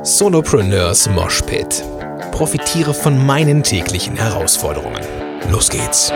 Solopreneurs Moshpit. Profitiere von meinen täglichen Herausforderungen. Los geht's!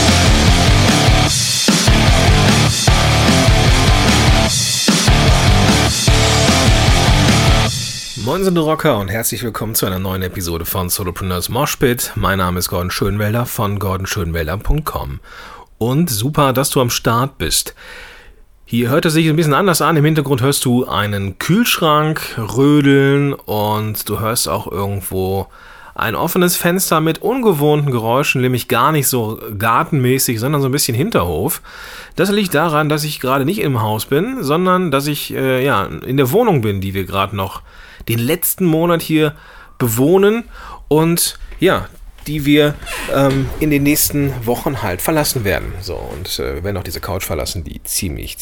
Moin sind Rocker und herzlich willkommen zu einer neuen Episode von Solopreneurs Moshpit. Mein Name ist Gordon Schönwelder von gordonschönwelder.com und super, dass du am Start bist. Hier hört es sich ein bisschen anders an. Im Hintergrund hörst du einen Kühlschrank rödeln und du hörst auch irgendwo ein offenes Fenster mit ungewohnten Geräuschen, nämlich gar nicht so gartenmäßig, sondern so ein bisschen Hinterhof. Das liegt daran, dass ich gerade nicht im Haus bin, sondern dass ich in der Wohnung bin, die wir gerade noch den letzten Monat hier bewohnen und die wir in den nächsten Wochen halt verlassen werden. So, und wir werden auch diese Couch verlassen, die ziemlich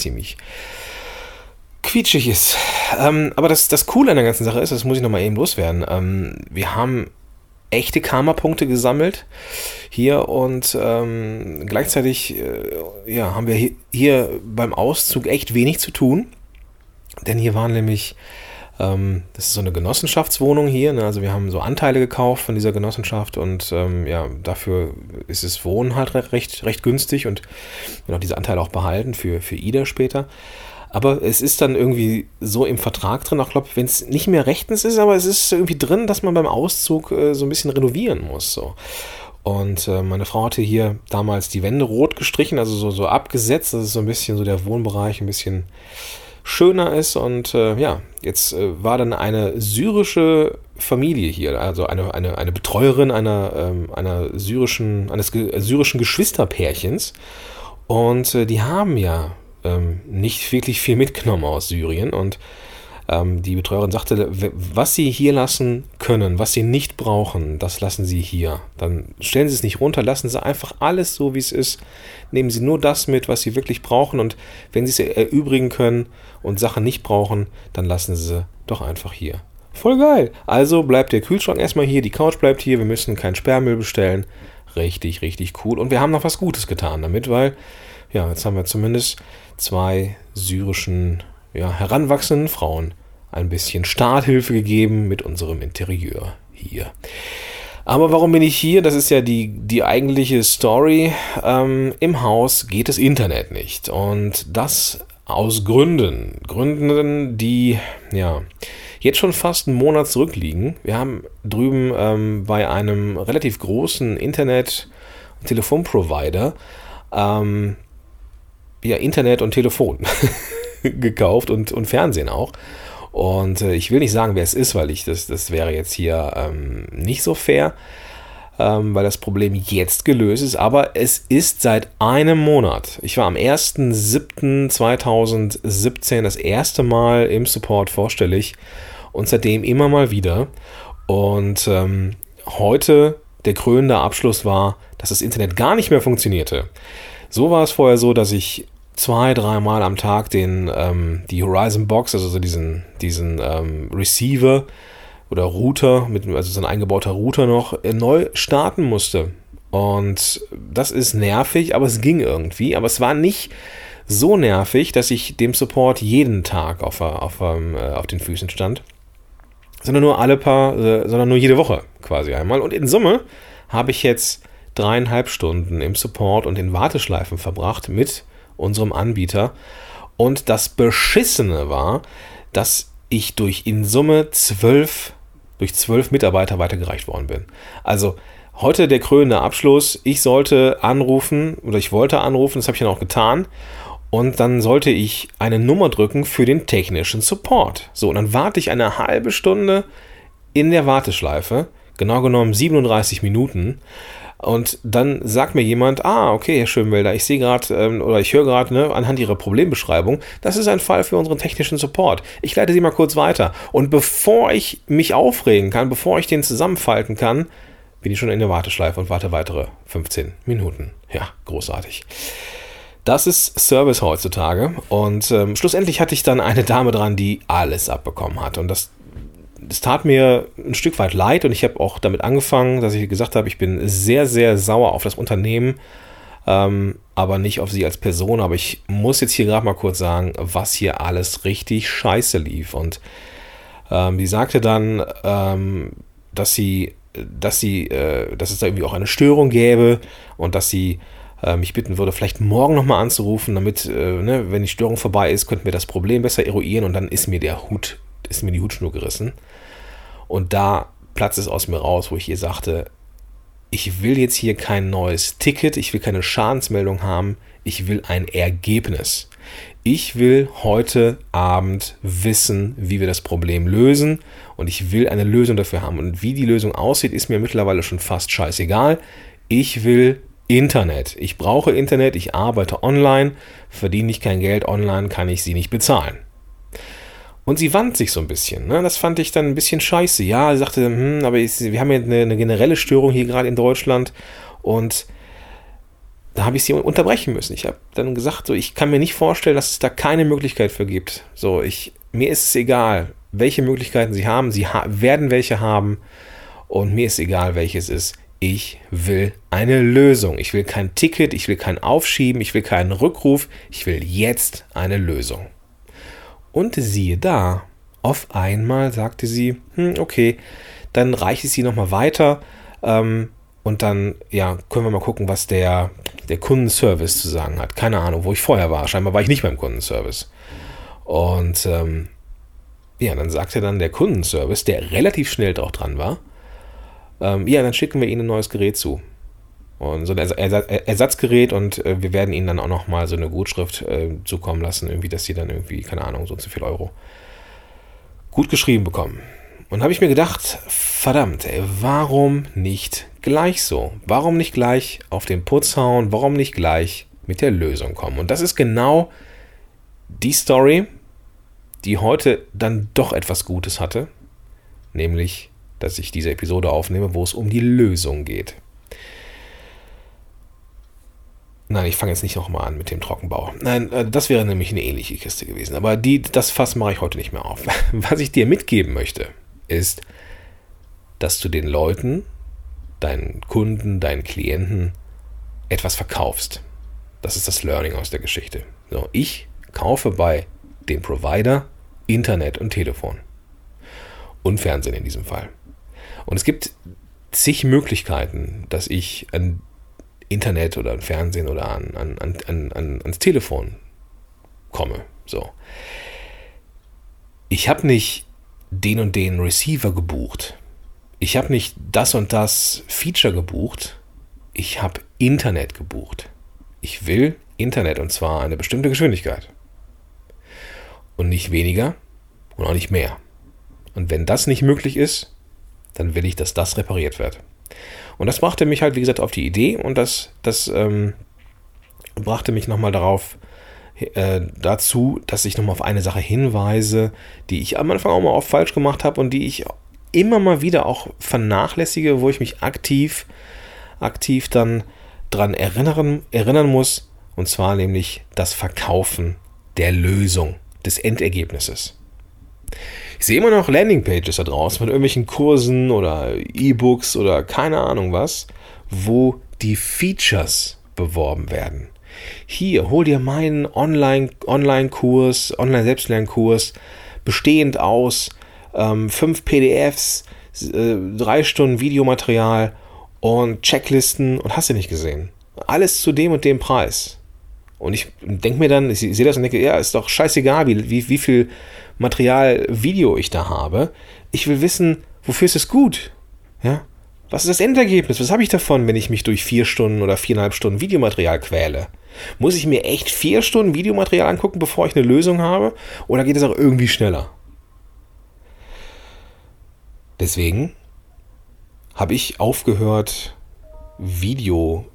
quietschig ist. Aber das Coole an der ganzen Sache ist, das muss ich nochmal eben loswerden, wir haben echte Karma-Punkte gesammelt hier und gleichzeitig haben wir hier beim Auszug echt wenig zu tun, denn hier waren nämlich das ist so eine Genossenschaftswohnung hier, ne? Also wir haben so Anteile gekauft von dieser Genossenschaft und dafür ist das Wohnen halt recht günstig und wir auch diese Anteile auch behalten für Ida später. Aber es ist dann irgendwie so im Vertrag drin, auch glaube, wenn es nicht mehr rechtens ist, aber es ist irgendwie drin, dass man beim Auszug so ein bisschen renovieren muss. So. Und meine Frau hatte hier damals die Wände rot gestrichen, also so abgesetzt, dass es so ein bisschen so der Wohnbereich ein bisschen schöner ist und jetzt war dann eine syrische Familie hier, also eine Betreuerin eines syrischen Geschwisterpärchens und die haben nicht wirklich viel mitgenommen aus Syrien und die Betreuerin sagte, was sie hier lassen können, was sie nicht brauchen, das lassen sie hier. Dann stellen sie es nicht runter, lassen sie einfach alles so, wie es ist. Nehmen sie nur das mit, was sie wirklich brauchen und wenn sie es erübrigen können und Sachen nicht brauchen, dann lassen sie doch einfach hier. Voll geil. Also bleibt der Kühlschrank erstmal hier, die Couch bleibt hier, wir müssen kein Sperrmüll bestellen. Richtig cool. Und wir haben noch was Gutes getan damit, weil jetzt haben wir zumindest 2 syrischen heranwachsenden Frauen ein bisschen Starthilfe gegeben mit unserem Interieur hier. Aber warum bin ich hier? Das ist ja die eigentliche Story. Im Haus geht das Internet nicht. Und das aus Gründen, die jetzt schon fast einen Monat zurückliegen. Wir haben drüben bei einem relativ großen Internet- und Telefonprovider Internet und Telefon gekauft und Fernsehen auch. Und ich will nicht sagen, wer es ist, weil das wäre jetzt hier nicht so fair, weil das Problem jetzt gelöst ist. Aber es ist seit einem Monat. Ich war am 1.7.2017 das erste Mal im Support vorstellig und seitdem immer mal wieder. Und heute der krönende Abschluss war, dass das Internet gar nicht mehr funktionierte. So war es vorher so, dass ich 2-3 Mal am Tag die Horizon Box, also so diesen Receiver oder Router, also so ein eingebauter Router noch, neu starten musste. Und das ist nervig, aber es ging irgendwie. Aber es war nicht so nervig, dass ich dem Support jeden Tag auf den Füßen stand, sondern nur jede Woche quasi einmal. Und in Summe habe ich jetzt 3,5 Stunden im Support und in Warteschleifen verbracht mit unserem Anbieter. Und das Beschissene war, dass ich in Summe 12 Mitarbeiter weitergereicht worden bin. Also heute der krönende Abschluss. Ich wollte anrufen, das habe ich dann auch getan. Und dann sollte ich eine Nummer drücken für den technischen Support. So, und dann warte ich eine halbe Stunde in der Warteschleife, genau genommen 37 Minuten. Und dann sagt mir jemand, okay, Herr Schönwelder, ich sehe gerade oder ich höre gerade anhand Ihrer Problembeschreibung, das ist ein Fall für unseren technischen Support. Ich leite Sie mal kurz weiter. Und bevor ich mich aufregen kann, bevor ich den zusammenfalten kann, bin ich schon in der Warteschleife und warte weitere 15 Minuten. Ja, großartig. Das ist Service heutzutage. Und schlussendlich hatte ich dann eine Dame dran, die alles abbekommen hat. Und das tat mir ein Stück weit leid und ich habe auch damit angefangen, dass ich gesagt habe, ich bin sehr, sehr sauer auf das Unternehmen, aber nicht auf sie als Person. Aber ich muss jetzt hier gerade mal kurz sagen, was hier alles richtig scheiße lief. Und Die sagte dann, dass es da irgendwie auch eine Störung gäbe und dass sie mich bitten würde, vielleicht morgen nochmal anzurufen, damit, wenn die Störung vorbei ist, könnten wir das Problem besser eruieren, und dann ist mir die Hutschnur gerissen. Und da platzt es aus mir raus, wo ich ihr sagte, ich will jetzt hier kein neues Ticket, ich will keine Schadensmeldung haben, ich will ein Ergebnis. Ich will heute Abend wissen, wie wir das Problem lösen, und ich will eine Lösung dafür haben. Und wie die Lösung aussieht, ist mir mittlerweile schon fast scheißegal. Ich will Internet. Ich brauche Internet, ich arbeite online, verdiene ich kein Geld online, kann ich sie nicht bezahlen. Und sie wand sich so ein bisschen. Ne? Das fand ich dann ein bisschen scheiße. Ja, sie sagte, aber wir haben ja eine generelle Störung hier gerade in Deutschland, und da habe ich sie unterbrechen müssen. Ich habe dann gesagt, so, ich kann mir nicht vorstellen, dass es da keine Möglichkeit für gibt. So, mir ist es egal, welche Möglichkeiten sie haben. Sie werden welche haben, und mir ist egal, welches es ist. Ich will eine Lösung. Ich will kein Ticket, ich will kein Aufschieben, ich will keinen Rückruf. Ich will jetzt eine Lösung. Und siehe da, auf einmal sagte sie, okay, dann reiche ich sie nochmal weiter, und dann können wir mal gucken, was der Kundenservice zu sagen hat. Keine Ahnung, wo ich vorher war. Scheinbar war ich nicht beim Kundenservice. Und dann sagte dann der Kundenservice, der relativ schnell auch dran war, dann schicken wir Ihnen ein neues Gerät zu. Und so ein Ersatzgerät, und wir werden Ihnen dann auch nochmal so eine Gutschrift zukommen lassen, irgendwie, dass Sie dann irgendwie, keine Ahnung, so und so viel Euro gut geschrieben bekommen. Und habe ich mir gedacht, verdammt, warum nicht gleich so? Warum nicht gleich auf den Putz hauen? Warum nicht gleich mit der Lösung kommen? Und das ist genau die Story, die heute dann doch etwas Gutes hatte, nämlich, dass ich diese Episode aufnehme, wo es um die Lösung geht. Nein, ich fange jetzt nicht nochmal an mit dem Trockenbau. Nein, das wäre nämlich eine ähnliche Kiste gewesen. Aber das Fass mache ich heute nicht mehr auf. Was ich dir mitgeben möchte, ist, dass du den Leuten, deinen Kunden, deinen Klienten etwas verkaufst. Das ist das Learning aus der Geschichte. So, ich kaufe bei dem Provider Internet und Telefon. Und Fernsehen in diesem Fall. Und es gibt zig Möglichkeiten, dass ich an Internet oder an Fernsehen oder ans Telefon komme. So. Ich habe nicht den und den Receiver gebucht. Ich habe nicht das und das Feature gebucht. Ich habe Internet gebucht. Ich will Internet, und zwar eine bestimmte Geschwindigkeit. Und nicht weniger und auch nicht mehr. Und wenn das nicht möglich ist, dann will ich, dass das repariert wird. Und das brachte mich halt, wie gesagt, auf die Idee, und das brachte mich nochmal dazu, dass ich nochmal auf eine Sache hinweise, die ich am Anfang auch mal oft falsch gemacht habe und die ich immer mal wieder auch vernachlässige, wo ich mich aktiv dann dran erinnern muss, und zwar nämlich das Verkaufen der Lösung, des Endergebnisses. Ich sehe immer noch Landingpages da draußen mit irgendwelchen Kursen oder E-Books oder keine Ahnung was, wo die Features beworben werden. Hier, hol dir meinen Online-Kurs, Online-Selbstlernkurs, bestehend aus 5 PDFs, 3 Stunden Videomaterial und Checklisten, und hast du nicht gesehen. Alles zu dem und dem Preis. Und ich denke mir dann, ich sehe das und denke, ja, ist doch scheißegal, wie viel Material, Video ich da habe. Ich will wissen, wofür ist es gut? Ja? Was ist das Endergebnis? Was habe ich davon, wenn ich mich durch 4 Stunden oder 4,5 Stunden Videomaterial quäle? Muss ich mir echt 4 Stunden Videomaterial angucken, bevor ich eine Lösung habe? Oder geht es auch irgendwie schneller? Deswegen habe ich aufgehört, Videostunden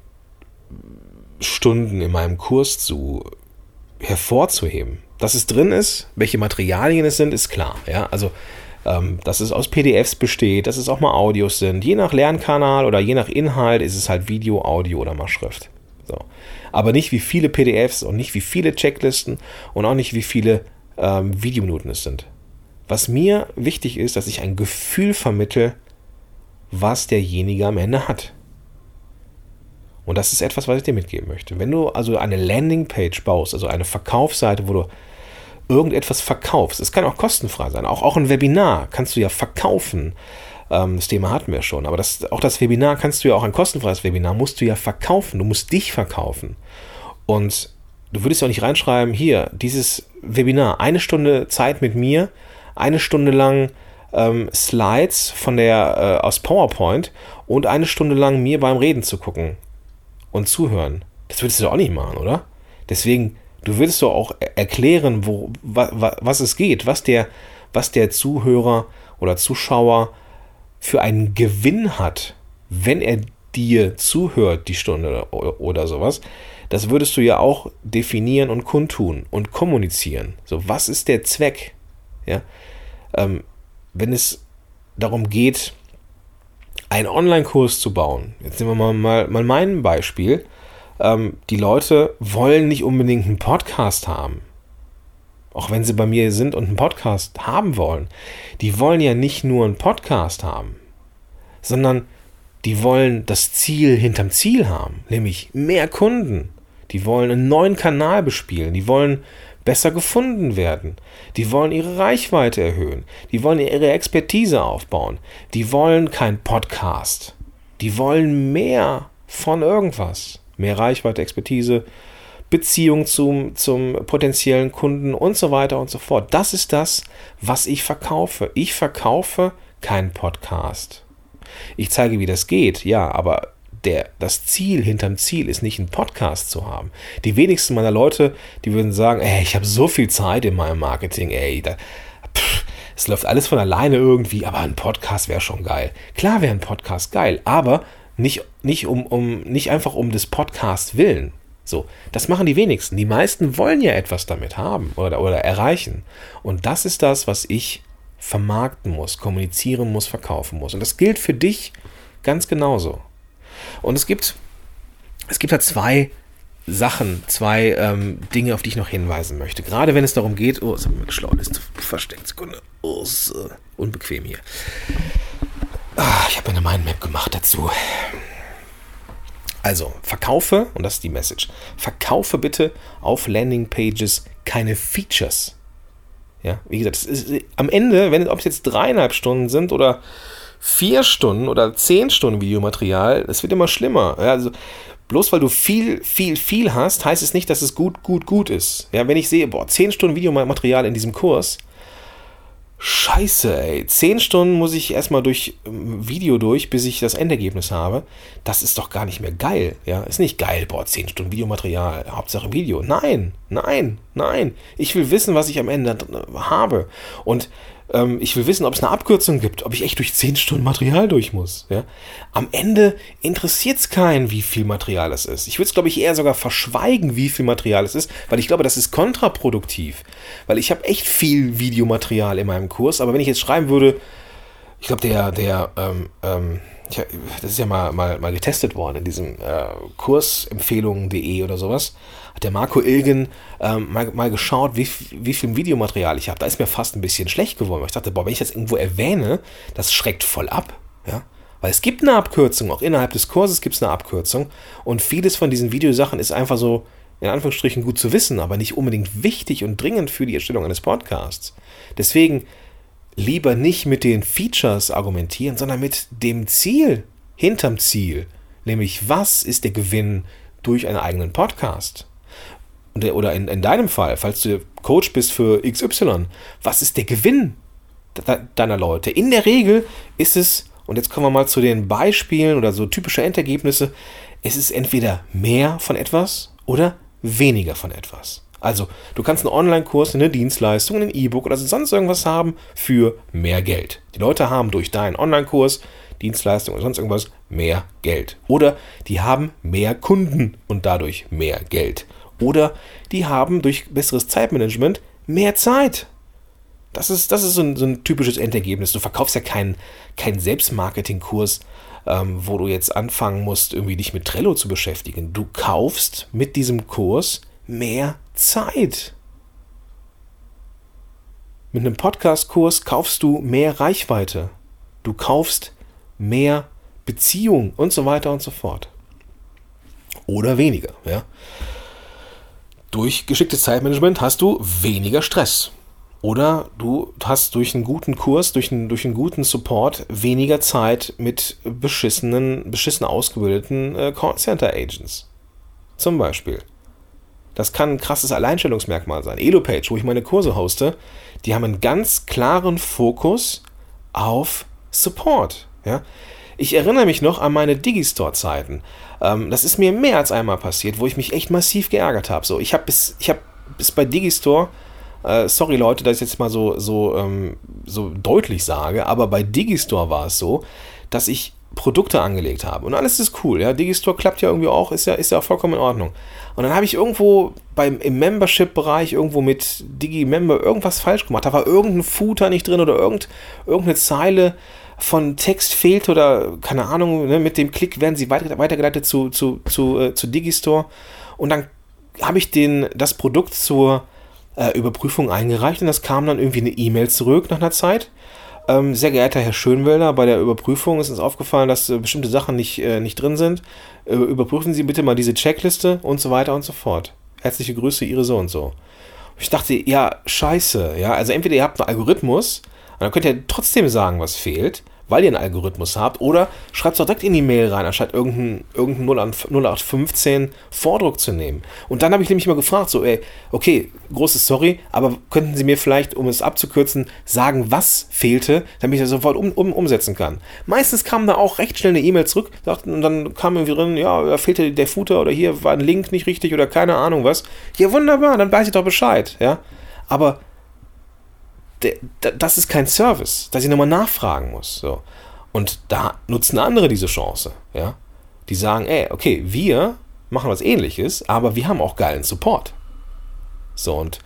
in meinem Kurs hervorzuheben. Dass es drin ist, welche Materialien es sind, ist klar. Ja? Also, dass es aus PDFs besteht, dass es auch mal Audios sind. Je nach Lernkanal oder je nach Inhalt ist es halt Video, Audio oder mal Schrift. So. Aber nicht wie viele PDFs und nicht wie viele Checklisten und auch nicht wie viele Videominuten es sind. Was mir wichtig ist, dass ich ein Gefühl vermittle, was derjenige am Ende hat. Und das ist etwas, was ich dir mitgeben möchte. Wenn du also eine Landingpage baust, also eine Verkaufsseite, wo du irgendetwas verkaufst. Es kann auch kostenfrei sein. Auch ein Webinar kannst du ja verkaufen. Das Thema hatten wir schon. Aber auch das Webinar kannst du ja, auch ein kostenfreies Webinar musst du ja verkaufen. Du musst dich verkaufen. Und du würdest ja auch nicht reinschreiben, hier, dieses Webinar, 1 Stunde Zeit mit mir, 1 Stunde lang Slides aus PowerPoint und 1 Stunde lang mir beim Reden zu gucken und zuhören. Das würdest du doch auch nicht machen, oder? Deswegen, du würdest doch auch erklären, was es geht, was der Zuhörer oder Zuschauer für einen Gewinn hat, wenn er dir zuhört, die Stunde oder sowas. Das würdest du ja auch definieren und kundtun und kommunizieren. So, was ist der Zweck? Ja, wenn es darum geht, einen Online-Kurs zu bauen, jetzt nehmen wir mal mein Beispiel, die Leute wollen nicht unbedingt einen Podcast haben, auch wenn sie bei mir sind und einen Podcast haben wollen. Die wollen ja nicht nur einen Podcast haben, sondern die wollen das Ziel hinterm Ziel haben, nämlich mehr Kunden. Die wollen einen neuen Kanal bespielen, die wollen besser gefunden werden. Die wollen ihre Reichweite erhöhen. Die wollen ihre Expertise aufbauen. Die wollen kein Podcast. Die wollen mehr von irgendwas. Mehr Reichweite, Expertise, Beziehung zum potenziellen Kunden und so weiter und so fort. Das ist das, was ich verkaufe. Ich verkaufe keinen Podcast. Ich zeige, wie das geht, ja, aber das Ziel hinterm Ziel ist nicht, einen Podcast zu haben. Die wenigsten meiner Leute, die würden sagen, ich habe so viel Zeit in meinem Marketing, es läuft alles von alleine irgendwie, aber ein Podcast wäre schon geil. Klar wäre ein Podcast geil, aber nicht einfach um des Podcasts willen. So, das machen die wenigsten. Die meisten wollen ja etwas damit haben oder erreichen. Und das ist das, was ich vermarkten muss, kommunizieren muss, verkaufen muss. Und das gilt für dich ganz genauso. Und es gibt halt zwei Sachen, Dinge, auf die ich noch hinweisen möchte. Gerade wenn es darum geht, es hat mir geschlaut, ist versteckt, Sekunde, ist unbequem hier. Ich habe eine Mindmap gemacht dazu. Also, verkaufe, und das ist die Message, verkaufe bitte auf Landingpages keine Features. Ja, wie gesagt, am Ende, ob es jetzt 3,5 Stunden sind oder 4 Stunden oder 10 Stunden Videomaterial, das wird immer schlimmer. Ja, also bloß weil du viel hast, heißt es nicht, dass es gut ist. Ja, wenn ich sehe, 10 Stunden Videomaterial in diesem Kurs, scheiße, 10 Stunden muss ich erstmal durch Video bis ich das Endergebnis habe. Das ist doch gar nicht mehr geil. Ja, ist nicht geil, 10 Stunden Videomaterial, Hauptsache Video. Nein. Ich will wissen, was ich am Ende habe. Und ich will wissen, ob es eine Abkürzung gibt, ob ich echt durch 10 Stunden Material durch muss. Ja? Am Ende interessiert es keinen, wie viel Material es ist. Ich würde es, glaube ich, eher sogar verschweigen, wie viel Material es ist, weil ich glaube, das ist kontraproduktiv. Weil ich habe echt viel Videomaterial in meinem Kurs, aber wenn ich jetzt schreiben würde, ich glaube, das ist ja mal getestet worden in diesem Kursempfehlungen.de oder sowas, hat der Marco Ilgen mal geschaut, wie viel Videomaterial ich habe. Da ist mir fast ein bisschen schlecht geworden, weil ich dachte, wenn ich das irgendwo erwähne, das schreckt voll ab. Ja? Weil es gibt eine Abkürzung, auch innerhalb des Kurses gibt es eine Abkürzung und vieles von diesen Videosachen ist einfach so, in Anführungsstrichen, gut zu wissen, aber nicht unbedingt wichtig und dringend für die Erstellung eines Podcasts. Deswegen lieber nicht mit den Features argumentieren, sondern mit dem Ziel, hinterm Ziel. Nämlich, was ist der Gewinn durch einen eigenen Podcast? Oder in deinem Fall, falls du Coach bist für XY, was ist der Gewinn deiner Leute? In der Regel ist es, und jetzt kommen wir mal zu den Beispielen oder so typische Endergebnisse, es ist entweder mehr von etwas oder weniger von etwas. Also, du kannst einen Online-Kurs, eine Dienstleistung, ein E-Book oder sonst irgendwas haben für mehr Geld. Die Leute haben durch deinen Online-Kurs, Dienstleistung oder sonst irgendwas mehr Geld. Oder die haben mehr Kunden und dadurch mehr Geld. Oder die haben durch besseres Zeitmanagement mehr Zeit. Das ist so ein typisches Endergebnis. Du verkaufst ja keinen Selbstmarketing-Kurs, wo du jetzt anfangen musst, irgendwie dich mit Trello zu beschäftigen. Du kaufst mit diesem Kurs mehr Zeit. Mit einem Podcast-Kurs kaufst du mehr Reichweite. Du kaufst mehr Beziehung und so weiter und so fort. Oder weniger, ja. Durch geschicktes Zeitmanagement hast du weniger Stress. Oder du hast durch einen guten Kurs, durch einen guten Support weniger Zeit mit beschissen ausgebildeten Callcenter-Agents. Zum Beispiel. Das kann ein krasses Alleinstellungsmerkmal sein. Elopage, wo ich meine Kurse hoste, die haben einen ganz klaren Fokus auf Support. Ja? Ich erinnere mich noch an meine Digistore-Zeiten. Das ist mir mehr als einmal passiert, wo ich mich echt massiv geärgert habe. So, ich habe bis bei Digistore, sorry Leute, dass ich jetzt mal so deutlich sage, aber bei Digistore war es so, dass ich Produkte angelegt habe. Und alles ist cool, ja. Digistore klappt ja irgendwie auch, ist ja vollkommen in Ordnung. Und dann habe ich irgendwo im Membership-Bereich irgendwo mit Digi-Member irgendwas falsch gemacht. Da war irgendein Footer nicht drin oder irgendeine Zeile von Text fehlt oder keine Ahnung, ne, mit dem Klick werden sie weitergeleitet zu Digistore. Und dann habe ich das Produkt zur Überprüfung eingereicht und das kam dann irgendwie eine E-Mail zurück nach einer Zeit. Sehr geehrter Herr Schönwelder, bei der Überprüfung ist uns aufgefallen, dass bestimmte Sachen nicht drin sind. Überprüfen Sie bitte mal diese Checkliste und so weiter und so fort. Herzliche Grüße, Ihre so und so. Und ich dachte, ja, scheiße. Ja, also entweder ihr habt einen Algorithmus, und dann könnt ihr trotzdem sagen, was fehlt, weil ihr einen Algorithmus habt, oder schreibt es doch direkt in die Mail rein, anstatt irgendeinen 0815 Vordruck zu nehmen. Und dann habe ich nämlich mal gefragt, so, okay, großes Sorry, aber könnten Sie mir vielleicht, um es abzukürzen, sagen, was fehlte, damit ich das sofort umsetzen kann. Meistens kam da auch recht schnell eine E-Mail zurück, und dann kam irgendwie drin, ja, da fehlte der Footer oder hier war ein Link nicht richtig oder keine Ahnung was. Ja, wunderbar, dann weiß ich doch Bescheid, ja. Aber das ist kein Service, dass ich nochmal nachfragen muss. So. Und da nutzen andere diese Chance. Ja? Die sagen, okay, wir machen was Ähnliches, aber wir haben auch geilen Support. So, und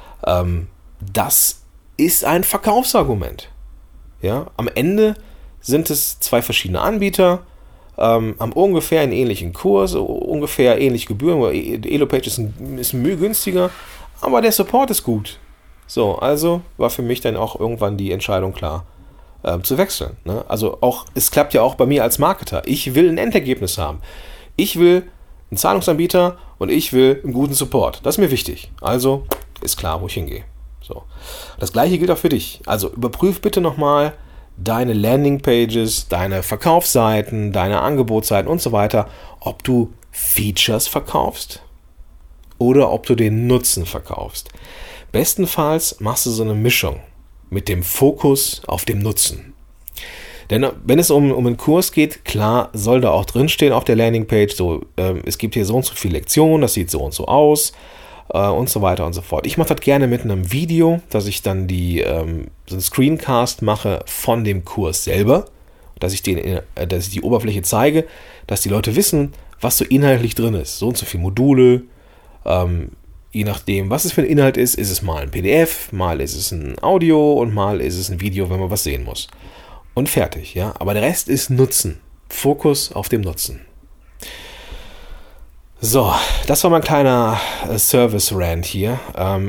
das ist ein Verkaufsargument. Ja? Am Ende sind es zwei verschiedene Anbieter, haben ungefähr einen ähnlichen Kurs, ungefähr ähnliche Gebühren. Elopage ist Mühe günstiger, aber der Support ist gut. So, also war für mich dann auch irgendwann die Entscheidung klar, zu wechseln. Ne? Also es klappt ja auch bei mir als Marketer. Ich will ein Endergebnis haben. Ich will einen Zahlungsanbieter und ich will einen guten Support. Das ist mir wichtig. Also ist klar, wo ich hingehe. So. Das gleiche gilt auch für dich. Also überprüf bitte nochmal deine Landingpages, deine Verkaufsseiten, deine Angebotsseiten und so weiter, ob du Features verkaufst oder ob du den Nutzen verkaufst. Bestenfalls machst du so eine Mischung mit dem Fokus auf dem Nutzen. Denn wenn es um einen Kurs geht, klar, soll da auch drinstehen auf der Landingpage, so, es gibt hier so und so viele Lektionen, das sieht so und so aus und so weiter und so fort. Ich mache das gerne mit einem Video, dass ich dann so einen Screencast mache von dem Kurs selber, dass ich die Oberfläche zeige, dass die Leute wissen, was so inhaltlich drin ist. So und so viele Module, je nachdem, was es für ein Inhalt ist es mal ein PDF, mal ist es ein Audio und mal ist es ein Video, wenn man was sehen muss. Und fertig, ja. Aber der Rest ist Nutzen. Fokus auf dem Nutzen. So, das war mein kleiner Service-Rant hier.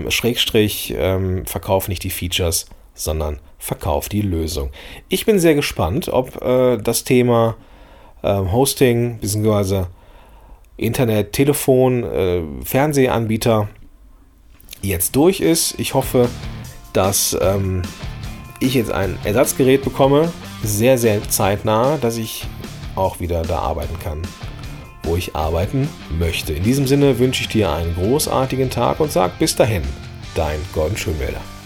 Verkauf nicht die Features, sondern verkauf die Lösung. Ich bin sehr gespannt, ob das Thema Hosting bzw. Internet, Telefon, Fernsehanbieter jetzt durch ist. Ich hoffe, dass ich jetzt ein Ersatzgerät bekomme, sehr, sehr zeitnah, dass ich auch wieder da arbeiten kann, wo ich arbeiten möchte. In diesem Sinne wünsche ich dir einen großartigen Tag und sag bis dahin, dein Gordon Schönwelder.